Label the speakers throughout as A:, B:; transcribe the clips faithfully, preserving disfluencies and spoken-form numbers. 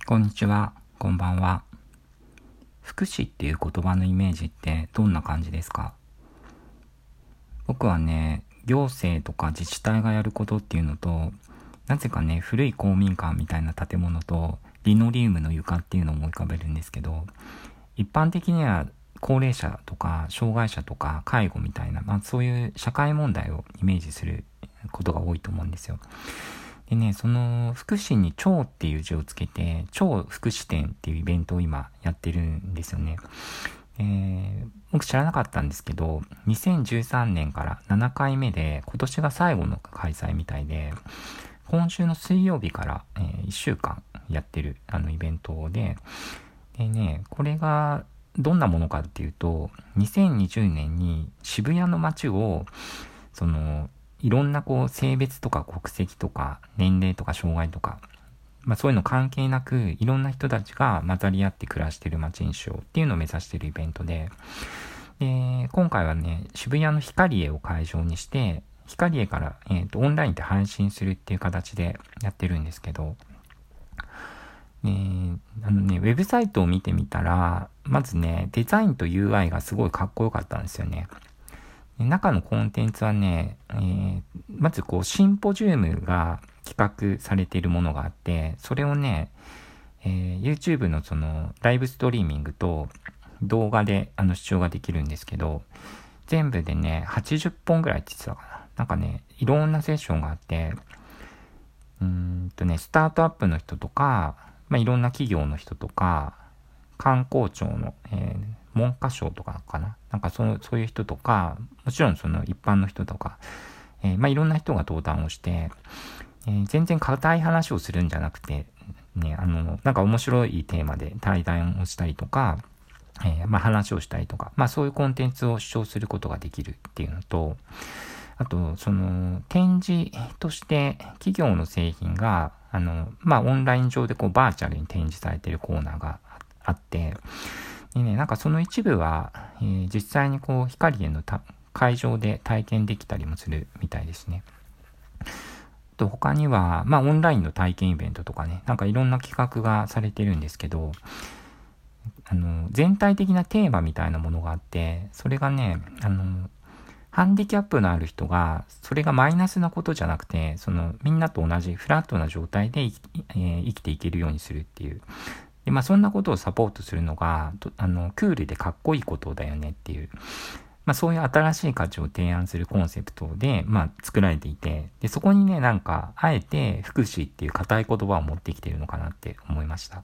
A: こんにちは、こんばんは。福祉っていう言葉のイメージってどんな感じですか？僕はね、行政とか自治体がやることっていうのと、なぜかね、古い公民館みたいな建物とリノリウムの床っていうのを思い浮かべるんですけど、一般的には高齢者とか障害者とか介護みたいな、まあそういう社会問題をイメージすることが多いと思うんですよ。でね、その福祉に超っていう字をつけて、超福祉展っていうイベントを今やってるんですよね。えー、僕知らなかったんですけど、にせんじゅうさんねんからななかいめで、今年が最後の開催みたいで、今週の水曜日から、えー、いっしゅうかんやってるあのイベントで、でね、これがどんなものかっていうと、にせんにじゅうねんに渋谷の街を、その、いろんなこう性別とか国籍とか年齢とか障害とか、まあそういうの関係なくいろんな人たちが混ざり合って暮らしてる街にしようっていうのを目指しているイベントで、で今回はね、渋谷のヒカリエを会場にして、ヒカリエから、えーと、オンラインで配信するっていう形でやってるんですけど、えー、あのね、ウェブサイトを見てみたら、まずね、デザインと ユーアイ がすごいかっこよかったんですよね。中のコンテンツはね、えー、まずこうシンポジウムが企画されているものがあって、それをね、えー、YouTube のそのライブストリーミングと動画であの視聴ができるんですけど、全部でね、はちじゅっぽんぐらいって言ってたかな。なんかね、いろんなセッションがあって、うーんとね、スタートアップの人とか、まあ、いろんな企業の人とか、観光庁の、えー、文科省とかかな、なんかそのそういう人とか、もちろんその一般の人とか、えー、まあいろんな人が登壇をして、えー、全然硬い話をするんじゃなくて、ね、あのなんか面白いテーマで対談をしたりとか、えー、まあ話をしたりとか、まあそういうコンテンツを視聴することができるっていうのと、あとその展示として企業の製品があのまあオンライン上でこうバーチャルに展示されているコーナーがあって、でね、なんかその一部は、えー、実際にこうヒカリエの会場で体験できたりもするみたいですね。と他には、まあオンラインの体験イベントとかね、なんかいろんな企画がされてるんですけど、あの全体的なテーマみたいなものがあって、それがね、あのハンディキャップのある人が、それがマイナスなことじゃなくて、そのみんなと同じフラットな状態で生き、えー、生きていけるようにするっていう。で、まあそんなことをサポートするのが、あの、クールでかっこいいことだよねっていう、まあそういう新しい価値を提案するコンセプトで、まあ作られていて、で、そこにね、なんか、あえて福祉っていう固い言葉を持ってきてるのかなって思いました。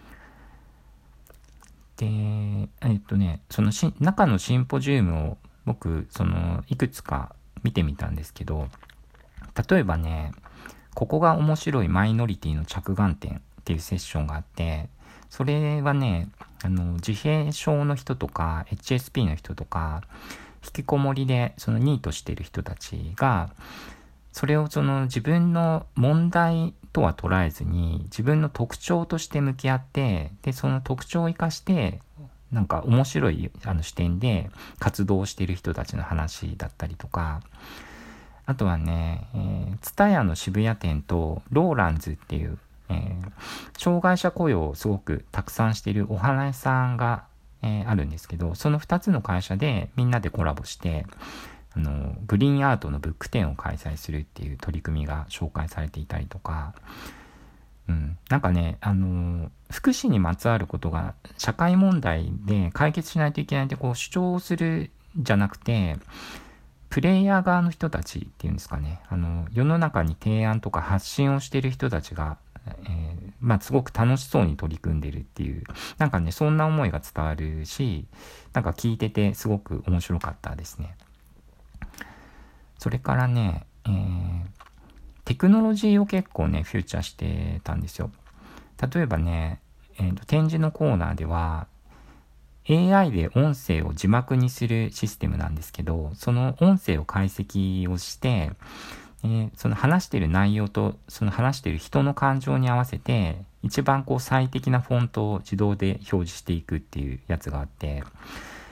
A: で、えっとね、そのし中のシンポジウムを僕、その、いくつか見てみたんですけど、例えばね、ここが面白いマイノリティの着眼点っていうセッションがあって、それはね、あの、自閉症の人とか、エイチエスピー の人とか、引きこもりで、そのニートしている人たちが、それをその自分の問題とは捉えずに、自分の特徴として向き合って、で、その特徴を生かして、なんか面白いあの視点で活動している人たちの話だったりとか、あとはね、えー、ツタヤの渋谷店とローランズっていう、えー、障害者雇用をすごくたくさんしているお花屋さんが、えー、あるんですけど、そのふたつの会社でみんなでコラボして、あのグリーンアートのブック展を開催するっていう取り組みが紹介されていたりとか、うん、なんかね、あの福祉にまつわることが社会問題で解決しないといけないってこう主張するんじゃなくて、プレイヤー側の人たちっていうんですかね、あの世の中に提案とか発信をしている人たちが、えー、まあすごく楽しそうに取り組んでるっていう、なんかね、そんな思いが伝わるし、なんか聞いててすごく面白かったですね。それからね、えー、テクノロジーを結構ね、フューチャーしてたんですよ。例えばね、えーと、展示のコーナーでは、エーアイ で音声を字幕にするシステムなんですけど、その音声を解析をして、えー、その話している内容とその話している人の感情に合わせて、一番こう最適なフォントを自動で表示していくっていうやつがあって、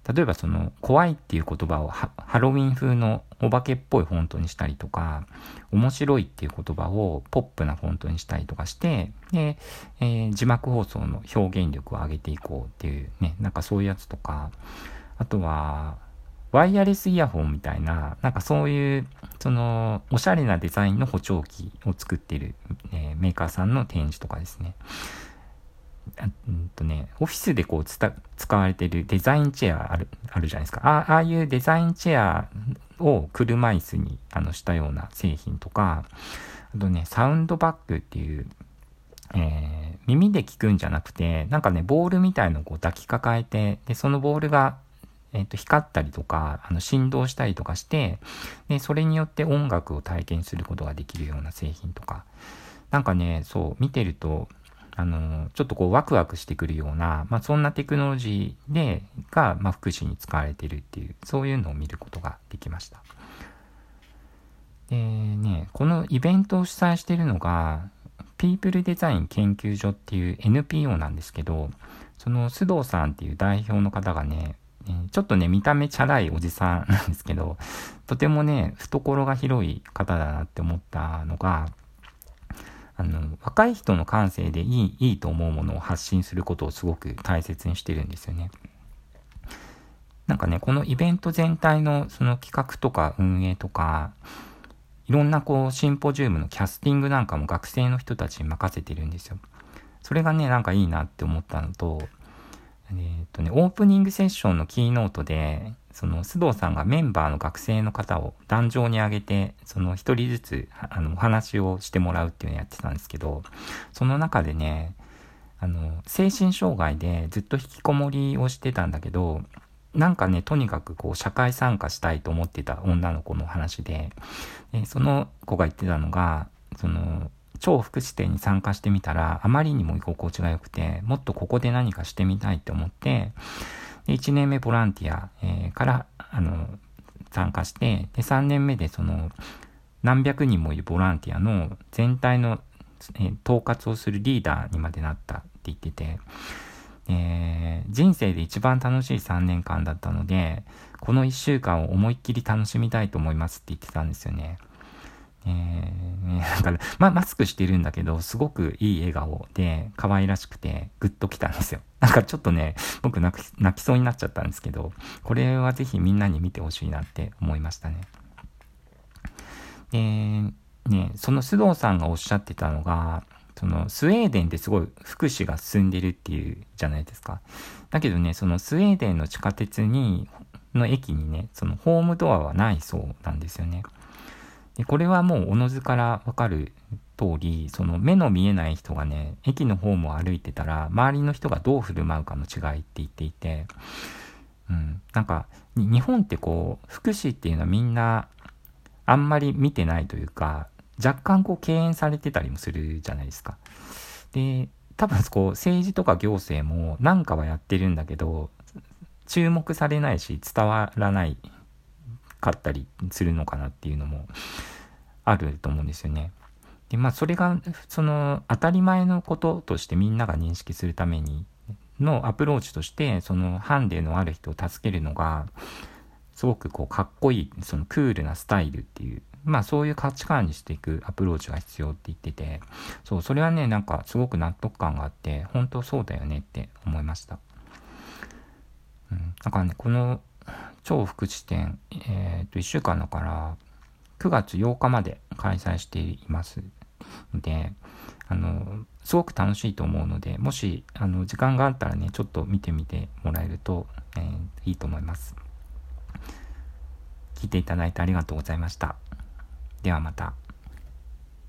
A: 例えばその怖いっていう言葉をハロウィン風のお化けっぽいフォントにしたりとか、面白いっていう言葉をポップなフォントにしたりとかして、で、えー、字幕放送の表現力を上げていこうっていうね、なんかそういうやつとか、あとはワイヤレスイヤホンみたいな、なんかそういうそのおしゃれなデザインの補聴器を作っている、えー、メーカーさんの展示とかですね。あうんとね、オフィスでこうつた使われているデザインチェアある、あるじゃないですか。あああいうデザインチェアを車椅子にあのしたような製品とか、あとね、サウンドバッグっていう、えー、耳で聞くんじゃなくて、なんかね、ボールみたいのをこう抱きかかえて、で、そのボールが、えーと、光ったりとか、あの振動したりとかして、で、それによって音楽を体験することができるような製品とか、なんかね、そう、見てると、あのちょっとこうワクワクしてくるような、まあ、そんなテクノロジーでが、まあ、福祉に使われているっていう、そういうのを見ることができました。でね、このイベントを主催しているのがピープルデザイン研究所っていう エヌピーオー なんですけど、その須藤さんっていう代表の方がね、ちょっとね見た目チャラいおじさんなんですけど、とてもね懐が広い方だなって思ったのが、あの若い人の感性でいい、いいと思うものを発信することをすごく大切にしてるんですよね。なんかね、このイベント全体のその企画とか運営とか、いろんなこうシンポジウムのキャスティングなんかも学生の人たちに任せてるんですよ。それがね、なんかいいなって思ったのと、えーっとね、オープニングセッションのキーノートで、その須藤さんがメンバーの学生の方を壇上に上げて、その一人ずつあのお話をしてもらうっていうのをやってたんですけど、その中でね、あの精神障害でずっと引きこもりをしてたんだけど、なんかね、とにかくこう社会参加したいと思ってた女の子の話で、でその子が言ってたのが、その超福祉展に参加してみたらあまりにも居心地が良くて、もっとここで何かしてみたいって思って、でいちねんめボランティア、えー、からあの参加して、でさんねんめでその何百人もいるボランティアの全体の、えー、統括をするリーダーにまでなったって言ってて、えー、人生で一番楽しいさんねんかんだったので、このいっしゅうかんを思いっきり楽しみたいと思いますって言ってたんですよね。えーね、なんかま、マスクしてるんだけど、すごくいい笑顔で可愛らしくてグッときたんですよ。なんかちょっとね、僕泣き、泣きそうになっちゃったんですけど、これはぜひみんなに見てほしいなって思いましたね。でね、その須藤さんがおっしゃってたのが、そのスウェーデンってすごい福祉が進んでるっていうじゃないですか。だけどね、そのスウェーデンの地下鉄にの駅にね、そのホームドアはないそうなんですよね。でこれはもうおのずからわかる通り、その目の見えない人がね、駅のホームを歩いてたら周りの人がどう振る舞うかの違いって言っていて、うん、なんか日本ってこう福祉っていうのはみんなあんまり見てないというか、若干こう敬遠されてたりもするじゃないですか。で多分こう政治とか行政もなんかはやってるんだけど、注目されないし伝わらないかったりするのかなっていうのもあると思うんですよね。でまあそれがその当たり前のこととしてみんなが認識するためにのアプローチとして、そのハンデのある人を助けるのがすごくこうかっこいい、そのクールなスタイルっていう、まあそういう価値観にしていくアプローチが必要って言ってて、そうそれはね、なんかすごく納得感があって、本当そうだよねって思いました。うん、だからね、この超福祉展、えー、といっしゅうかんだからくがつようかまで開催していますので、あのすごく楽しいと思うので、もしあの時間があったらね、ちょっと見てみてもらえると、えー、いいと思います。聞いていただいてありがとうございました。ではまた。